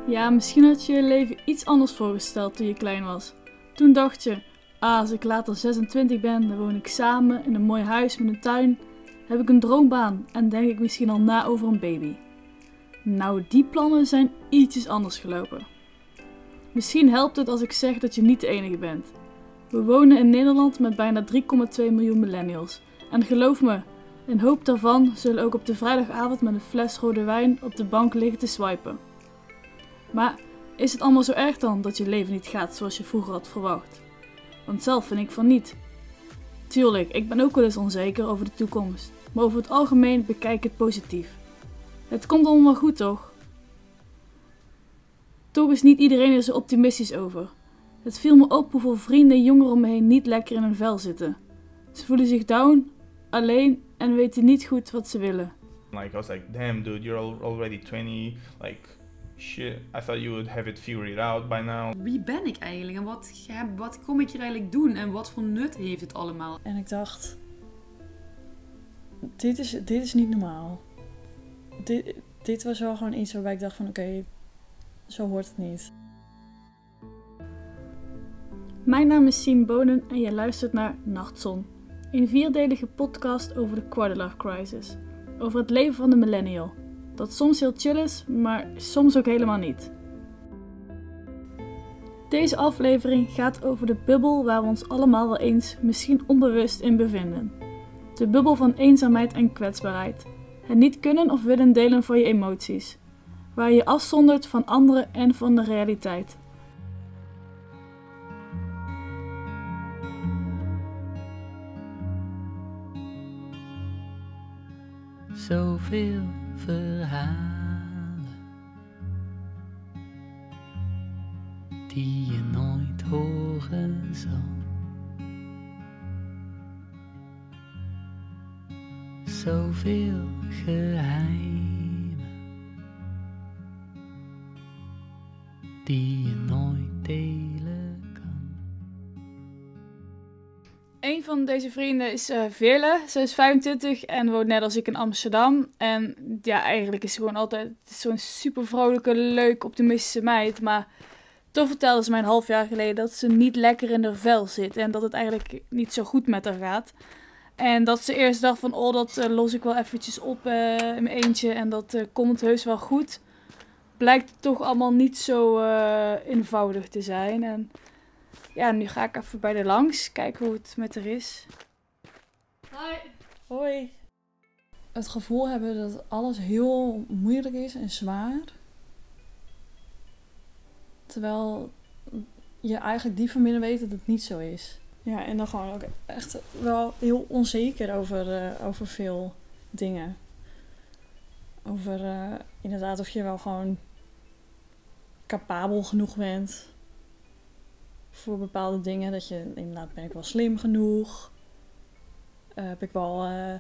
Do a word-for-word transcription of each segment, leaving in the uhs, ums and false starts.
Ja, misschien had je je leven iets anders voorgesteld toen je klein was. Toen dacht je, ah, als ik later zesentwintig ben, dan woon ik samen in een mooi huis met een tuin, heb ik een droombaan en denk ik misschien al na over een baby. Nou, die plannen zijn ietsjes anders gelopen. Misschien helpt het als ik zeg dat je niet de enige bent. We wonen in Nederland met bijna drie komma twee miljoen millennials. En geloof me, een hoop daarvan zullen ook op de vrijdagavond met een fles rode wijn op de bank liggen te swipen. Maar is het allemaal zo erg dan dat je leven niet gaat zoals je vroeger had verwacht? Want zelf vind ik van niet. Tuurlijk, ik ben ook wel eens onzeker over de toekomst. Maar over het algemeen bekijk ik het positief. Het komt allemaal goed, toch? Toch is niet iedereen er zo optimistisch over. Het viel me op hoeveel vrienden en jongeren om me heen niet lekker in hun vel zitten. Ze voelen zich down, alleen en weten niet goed wat ze willen. Like I was like, damn dude, you're al- already twenty. Like, shit, I thought you would have it figured out by now. Wie ben ik eigenlijk en wat, ga, wat kom ik hier eigenlijk doen en wat voor nut heeft het allemaal? En ik dacht, dit is, dit is niet normaal. Dit, dit was wel gewoon iets waarbij ik dacht van oké, okay, zo hoort het niet. Mijn naam is Sien Bonen en je luistert naar Nachtzon. Een vierdelige podcast over de quarter-life crisis. Over het leven van de millennial. Dat soms heel chill is, maar soms ook helemaal niet. Deze aflevering gaat over de bubbel waar we ons allemaal wel eens, misschien onbewust, in bevinden. De bubbel van eenzaamheid en kwetsbaarheid. Het niet kunnen of willen delen van je emoties. Waar je je afzondert van anderen en van de realiteit. Zoveel verhalen die je nooit horen zal. Zoveel geheimen die je nooit delen kan. Een van deze vrienden is uh, Veerle. Ze is vijfentwintig en woont net als ik in Amsterdam. En ja, eigenlijk is ze gewoon altijd zo'n super vrolijke, leuk, optimistische meid. Maar toch vertelde ze mij een half jaar geleden dat ze niet lekker in haar vel zit. En dat het eigenlijk niet zo goed met haar gaat. En dat ze eerst dacht van, oh, dat uh, los ik wel eventjes op uh, in mijn eentje. En dat uh, komt heus wel goed. Blijkt toch allemaal niet zo uh, eenvoudig te zijn. En ja, nu ga ik even bij de langs, kijken hoe het met haar is. Hoi. Hoi. Het gevoel hebben dat alles heel moeilijk is en zwaar. Terwijl je eigenlijk diep van binnen weet dat het niet zo is. Ja, en dan gewoon ook echt wel heel onzeker over, uh, over veel dingen. Over uh, inderdaad of je wel gewoon capabel genoeg bent voor bepaalde dingen. Dat je inderdaad, ben ik wel slim genoeg? Uh, heb ik wel, uh,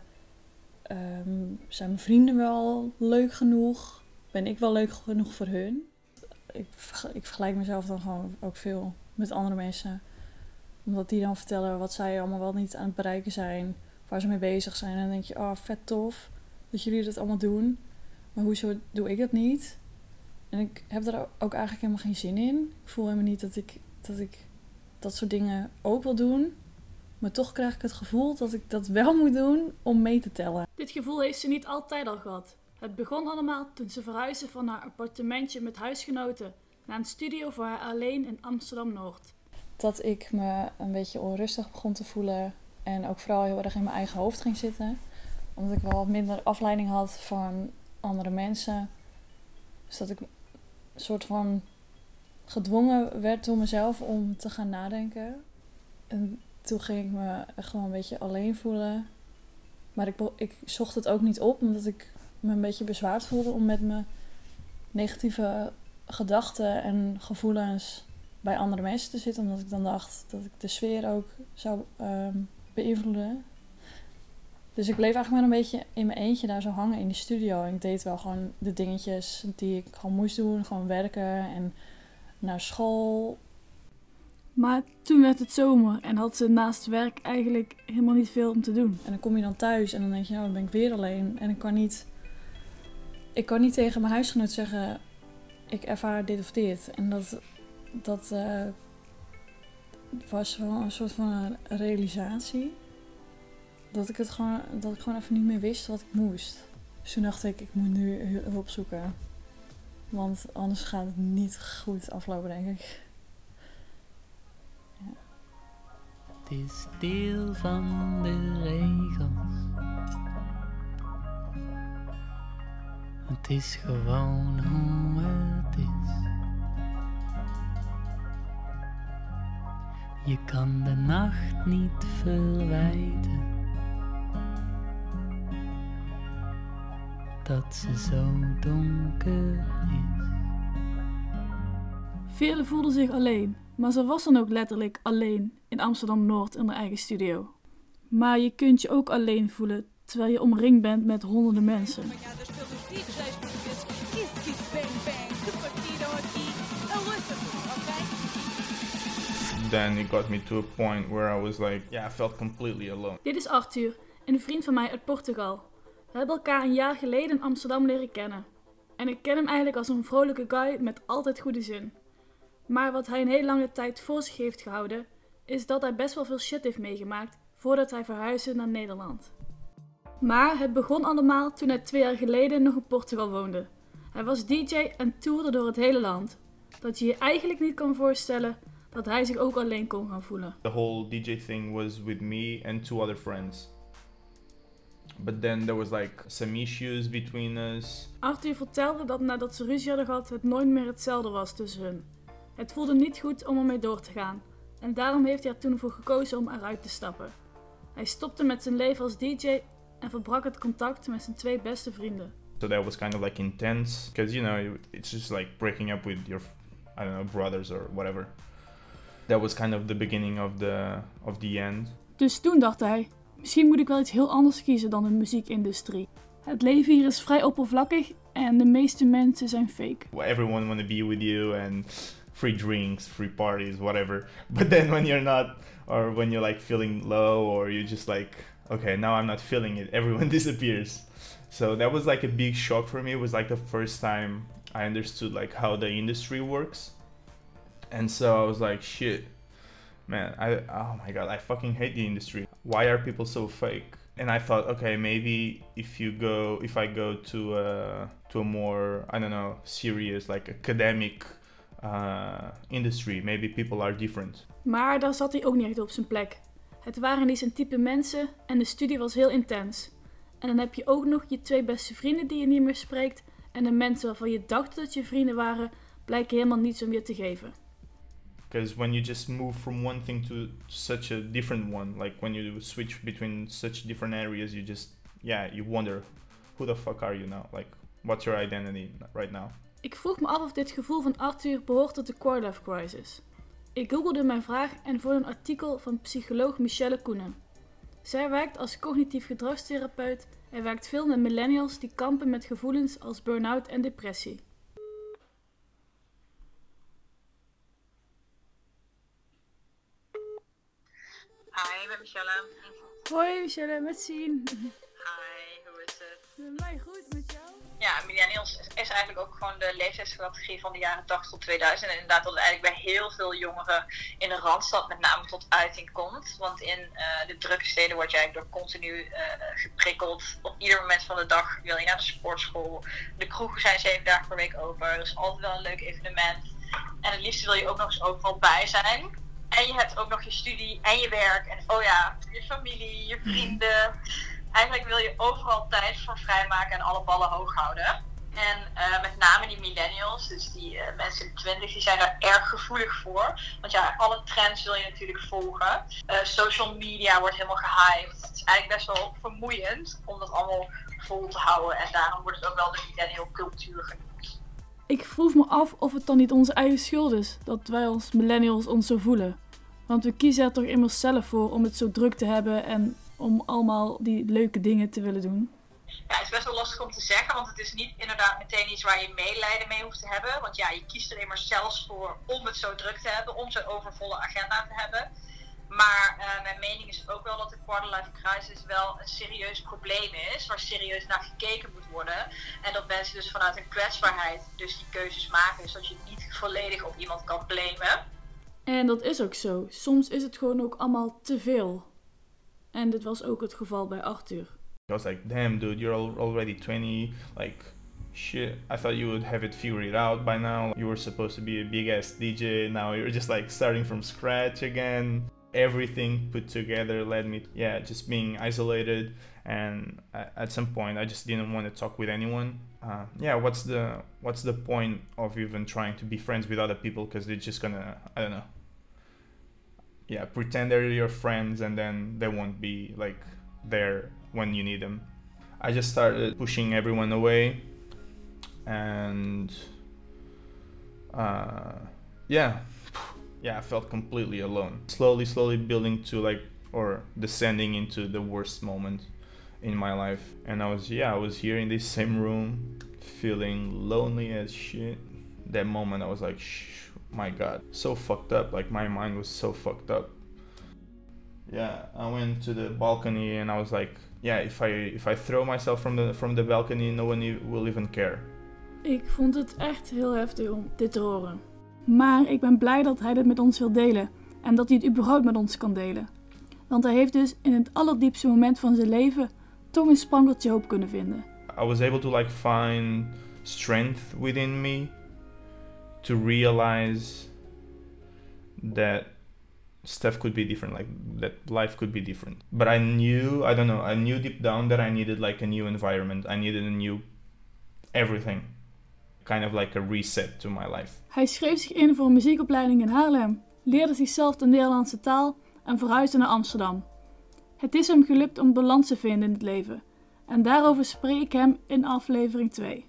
um, zijn mijn vrienden wel leuk genoeg? Ben ik wel leuk genoeg voor hun? Ik, ik vergelijk mezelf dan gewoon ook veel met andere mensen. Omdat die dan vertellen wat zij allemaal wel niet aan het bereiken zijn. Waar ze mee bezig zijn. En dan denk je, oh vet tof dat jullie dat allemaal doen. Maar hoezo doe ik dat niet? En ik heb er ook eigenlijk helemaal geen zin in. Ik voel helemaal niet dat ik dat, ik dat soort dingen ook wil doen. Maar toch krijg ik het gevoel dat ik dat wel moet doen om mee te tellen. Dit gevoel heeft ze niet altijd al gehad. Het begon allemaal toen ze verhuisde van haar appartementje met huisgenoten naar een studio voor haar alleen in Amsterdam-Noord. Dat ik me een beetje onrustig begon te voelen en ook vooral heel erg in mijn eigen hoofd ging zitten. Omdat ik wel wat minder afleiding had van andere mensen. Dus dat ik een soort van gedwongen werd door mezelf om te gaan nadenken. En toen ging ik me echt gewoon een beetje alleen voelen. Maar ik, ik zocht het ook niet op, omdat ik me een beetje bezwaard voelde om met mijn negatieve gedachten en gevoelens bij andere mensen te zitten. Omdat ik dan dacht dat ik de sfeer ook zou um, beïnvloeden. Dus ik bleef eigenlijk maar een beetje in mijn eentje daar zo hangen in die studio. En ik deed wel gewoon de dingetjes die ik gewoon moest doen. Gewoon werken en naar school. Maar toen werd het zomer en had ze naast werk eigenlijk helemaal niet veel om te doen. En dan kom je dan thuis en dan denk je, nou, dan ben ik weer alleen. En ik kan niet, ik kan niet tegen mijn huisgenoot zeggen, ik ervaar dit of dit. En dat, dat uh, was wel een soort van een realisatie. Dat ik het gewoon, dat ik gewoon even niet meer wist wat ik moest. Dus toen dacht ik, ik moet nu hulp zoeken. Want anders gaat het niet goed aflopen, denk ik. Ja. Het is deel van de regels. Het is gewoon hoe het is. Je kan de nacht niet verwijten dat ze zo donker is. Velen voelden zich alleen, maar ze was dan ook letterlijk alleen in Amsterdam-Noord in haar eigen studio. Maar je kunt je ook alleen voelen terwijl je omringd bent met honderden mensen. Then it got me to a point where I was like, yeah, I felt completely alone. Dit is Arthur, een vriend van mij uit Portugal. We hebben elkaar een jaar geleden in Amsterdam leren kennen. En ik ken hem eigenlijk als een vrolijke guy met altijd goede zin. Maar wat hij een hele lange tijd voor zich heeft gehouden, is dat hij best wel veel shit heeft meegemaakt voordat hij verhuisde naar Nederland. Maar het begon allemaal toen hij twee jaar geleden nog in Portugal woonde. Hij was D J en toerde door het hele land. Dat je je eigenlijk niet kan voorstellen dat hij zich ook alleen kon gaan voelen. The whole D J thing was with me and two other friends. But then there was like some issues between us. Arthur vertelde dat nadat ze ruzie hadden gehad, het nooit meer hetzelfde was tussen hun. Het voelde niet goed om ermee door te gaan. En daarom heeft hij er toen voor gekozen om eruit te stappen. Hij stopte met zijn leven als D J en verbrak het contact met zijn twee beste vrienden. So that was kind of like intense. Because you know, it's just like breaking up with your, I don't know, brothers or whatever. That was kind of the beginning of the, of the end. Dus toen dacht hij, misschien moet ik wel iets heel anders kiezen dan de muziekindustrie. Het leven hier is vrij oppervlakkig en de meeste mensen zijn fake. Everyone want to be with you and free drinks, free parties, whatever. But then when you're not, or when you're like feeling low, or you're just like, okay, now I'm not feeling it, everyone disappears. So that was like a big shock for me. It was like the first time I understood like how the industry works. And so I was like, shit, man, I, oh my god, I fucking hate the industry. Why are people so fake? And I thought, okay, maybe if you go, if I go to a, to a more, I don't know, serious, like academic uh, industry, maybe people are different. Maar daar zat hij ook niet echt op zijn plek. Het waren niet zijn type mensen en de studie was heel intens. En dan heb je ook nog je twee beste vrienden die je niet meer spreekt. En de mensen waarvan je dacht dat je vrienden waren, blijken helemaal niets om je te geven. Because when you just move from one thing to such a different one, like when you switch between such different areas, you just, yeah, you wonder, who the fuck are you now? Like, what's your identity right now? Ik vroeg me af of dit gevoel van Arthur behoort tot de quarter-life crisis. Ik googelde mijn vraag en vond een artikel van psycholoog Michelle Koenen. Zij werkt als cognitief gedragstherapeut en werkt veel met millennials die kampen met gevoelens als burn-out en depressie. Hi, ik ben Michelle. Hoi Michelle, met Sien. Hi, hoe is het? Met mij goed, met jou? Ja, millennials is eigenlijk ook gewoon de leeftijdscategorie van de jaren tachtig tot tweeduizend. En inderdaad dat het eigenlijk bij heel veel jongeren in de Randstad met name tot uiting komt. Want in uh, de drukke steden word je eigenlijk door continu uh, geprikkeld. Op ieder moment van de dag wil je naar de sportschool. De kroegen zijn zeven dagen per week open. Er is altijd wel een leuk evenement. En het liefst wil je ook nog eens overal bij zijn. En je hebt ook nog je studie en je werk. En oh ja, je familie, je vrienden. Eigenlijk wil je overal tijd voor vrijmaken en alle ballen hoog houden. En uh, met name die millennials, dus die uh, mensen in de twintig, die zijn daar erg gevoelig voor. Want ja, alle trends wil je natuurlijk volgen. Uh, social media wordt helemaal gehyped. Het is eigenlijk best wel vermoeiend om dat allemaal vol te houden. En daarom wordt het ook wel de millennial cultuur genoemd. Ik vroeg me af of het dan niet onze eigen schuld is dat wij als millennials ons zo voelen. Want we kiezen er toch immers zelf voor om het zo druk te hebben en om allemaal die leuke dingen te willen doen. Ja, het is best wel lastig om te zeggen, want het is niet inderdaad meteen iets waar je medelijden mee hoeft te hebben. Want ja, je kiest er immers zelfs voor om het zo druk te hebben, om zo'n overvolle agenda te hebben. Maar uh, mijn mening is ook wel dat de quarter-life crisis wel een serieus probleem is, waar serieus naar gekeken moet worden. En dat mensen dus vanuit hun kwetsbaarheid dus die keuzes maken, zodat je niet volledig op iemand kan blamen. En dat is ook zo. Soms is het gewoon ook allemaal te veel. En dit was ook het geval bij Arthur. I was like, damn dude, you're al- already twenty, like, shit, I thought you would have it figured out by now. You were supposed to be a big ass D J, now you're just like starting from scratch again. Everything put together led me, yeah, just being isolated, and at some point I just didn't want to talk with anyone. Uh, yeah, what's the what's the point of even trying to be friends with other people, because they're just gonna, I don't know, yeah, pretend they're your friends and then they won't be like there when you need them. I just started pushing everyone away, and uh, yeah. Yeah, I felt completely alone. Slowly, slowly building to like, or descending into the worst moment in my life. And I was, yeah, I was here in this same room, feeling lonely as shit. That moment I was like, shh, my God, so fucked up. Like my mind was so fucked up. Yeah, I went to the balcony and I was like, yeah, if I if I throw myself from the from the balcony, no one e- will even care. Ik vond het echt heel heftig om dit te horen. Maar ik ben blij dat hij dit met ons wil delen. En dat hij het überhaupt met ons kan delen. Want hij heeft dus in het allerdiepste moment van zijn leven toch een sprankeltje hoop kunnen vinden. I was able to like find strength within me to realize that stuff could be different, like that life could be different. But I knew, I don't know, I knew deep down that I needed like a new environment. I needed a new everything. Kind of like a reset to my life. Hij schreef zich in voor een muziekopleiding in Haarlem, leerde zichzelf de Nederlandse taal en verhuisde naar Amsterdam. Het is hem gelukt om balans te vinden in het leven. En daarover spreek ik hem in aflevering twee.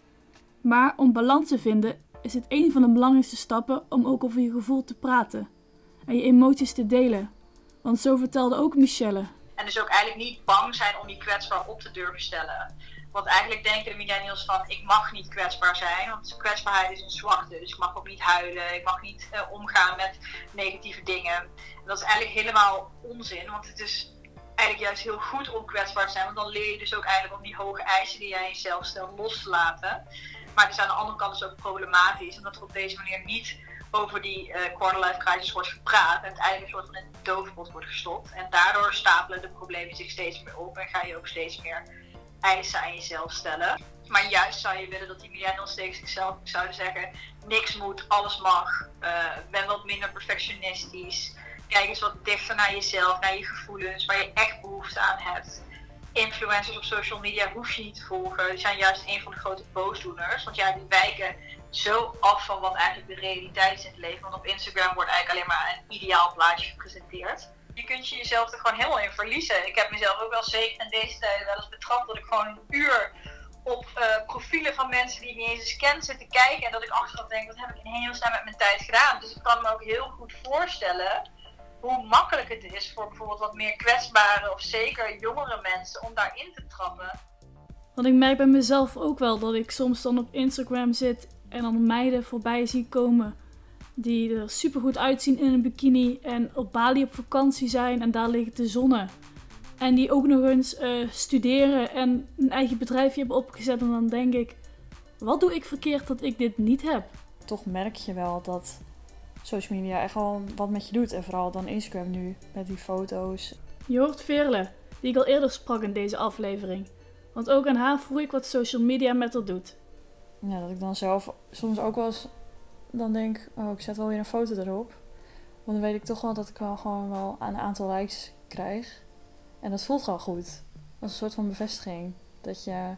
Maar om balans te vinden is het een van de belangrijkste stappen om ook over je gevoel te praten. En je emoties te delen. Want zo vertelde ook Michelle. En dus ook eigenlijk niet bang zijn om je kwetsbaar op te durven stellen. Want eigenlijk denken de millennials van, ik mag niet kwetsbaar zijn, want kwetsbaarheid is een zwakte. Dus ik mag ook niet huilen, ik mag niet uh, omgaan met negatieve dingen. En dat is eigenlijk helemaal onzin, want het is eigenlijk juist heel goed om kwetsbaar te zijn. Want dan leer je dus ook eigenlijk om die hoge eisen die jij jezelf stelt los te laten. Maar het is aan de andere kant dus ook problematisch, omdat er op deze manier niet over die uh, quarter-life crisis wordt gepraat. En het eigenlijk een soort van in het doofpot wordt gestopt. En daardoor stapelen de problemen zich steeds meer op en ga je ook steeds meer eisen aan jezelf stellen. Maar juist zou je willen dat die millennials tegen zichzelf zouden zeggen, niks moet, alles mag, uh, ben wat minder perfectionistisch, kijk eens wat dichter naar jezelf, naar je gevoelens, waar je echt behoefte aan hebt. Influencers op social media hoef je niet te volgen, die zijn juist een van de grote boosdoeners, want ja, die wijken zo af van wat eigenlijk de realiteit is in het leven, want op Instagram wordt eigenlijk alleen maar een ideaal plaatje gepresenteerd. Je kunt je jezelf er gewoon helemaal in verliezen. Ik heb mezelf ook wel zeker in deze tijd wel eens betrapt dat ik gewoon een uur op uh, profielen van mensen die ik niet eens eens ken zit te kijken. En dat ik achteraf denk, wat heb ik in hemelsnaam met mijn tijd gedaan? Dus ik kan me ook heel goed voorstellen hoe makkelijk het is voor bijvoorbeeld wat meer kwetsbare of zeker jongere mensen om daarin te trappen. Want ik merk bij mezelf ook wel dat ik soms dan op Instagram zit en dan meiden voorbij zie komen die er super goed uitzien in een bikini en op Bali op vakantie zijn en daar liggen te zonnen. En die ook nog eens uh, studeren en een eigen bedrijfje hebben opgezet. En dan denk ik, wat doe ik verkeerd dat ik dit niet heb? Toch merk je wel dat social media echt wel wat met je doet. En vooral dan Instagram nu met die foto's. Je hoort Veerle, die ik al eerder sprak in deze aflevering. Want ook aan haar vroeg ik wat social media met haar doet. Ja, dat ik dan zelf soms ook wel eens dan denk, oh, ik zet wel weer een foto erop. Want dan weet ik toch wel dat ik wel gewoon wel een aantal likes krijg. En dat voelt gewoon goed. Dat is een soort van bevestiging. Dat je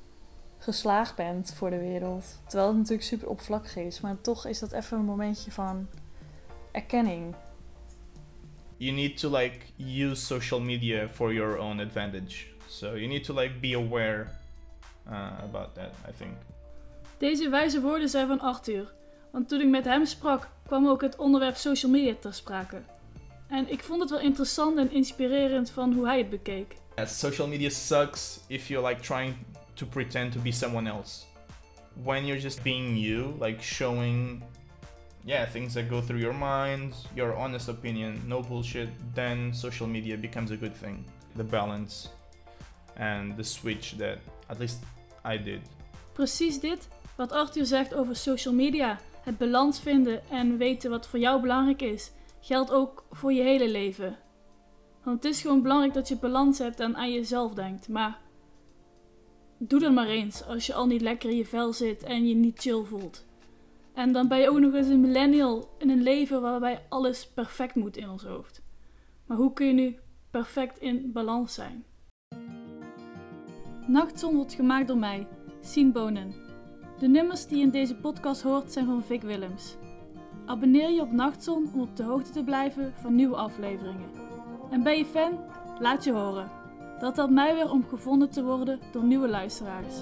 geslaagd bent voor de wereld. Terwijl het natuurlijk super oppervlakkig is. Maar toch is dat even een momentje van erkenning. You need to like use social media for your own advantage. So you need to like be aware uh, about that, I think. Deze wijze woorden zijn van Arthur. Want toen ik met hem sprak, kwam ook het onderwerp social media ter sprake. En ik vond het wel interessant en inspirerend van hoe hij het bekeek. Yeah, social media sucks if you're like trying to pretend to be someone else. When you're just being you, like showing yeah, things that go through your mind, your honest opinion, no bullshit, then social media becomes a good thing. The balance and the switch that at least I did. Precies dit wat Arthur zegt over social media. Het balans vinden en weten wat voor jou belangrijk is, geldt ook voor je hele leven. Want het is gewoon belangrijk dat je balans hebt en aan jezelf denkt. Maar doe dat maar eens als je al niet lekker in je vel zit en je niet chill voelt. En dan ben je ook nog eens een millennial in een leven waarbij alles perfect moet in ons hoofd. Maar hoe kun je nu perfect in balans zijn? Nachtzon wordt gemaakt door mij, Sien Bonen. De nummers die je in deze podcast hoort zijn van Vic Willems. Abonneer je op Nachtzon om op de hoogte te blijven van nieuwe afleveringen. En ben je fan? Laat je horen. Dat helpt mij weer om gevonden te worden door nieuwe luisteraars.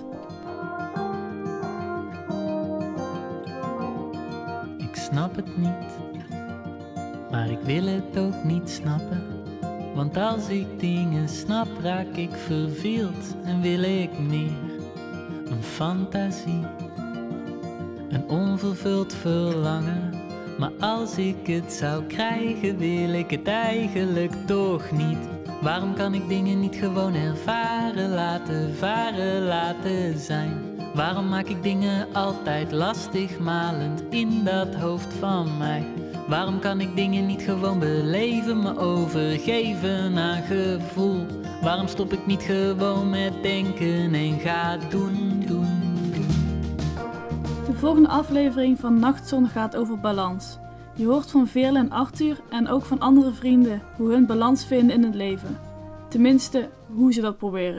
Ik snap het niet, maar ik wil het ook niet snappen. Want als ik dingen snap, raak ik verveeld en wil ik meer. Een fantasie, een onvervuld verlangen. Maar als ik het zou krijgen, wil ik het eigenlijk toch niet. Waarom kan ik dingen niet gewoon ervaren, laten varen, laten zijn? Waarom maak ik dingen altijd lastig, malend in dat hoofd van mij? Waarom kan ik dingen niet gewoon beleven, me overgeven aan gevoel? Waarom stop ik niet gewoon met denken en ga doen, doen, doen? De volgende aflevering van Nachtzon gaat over balans. Je hoort van Veerle en Arthur en ook van andere vrienden hoe hun balans vinden in het leven. Tenminste, hoe ze dat proberen.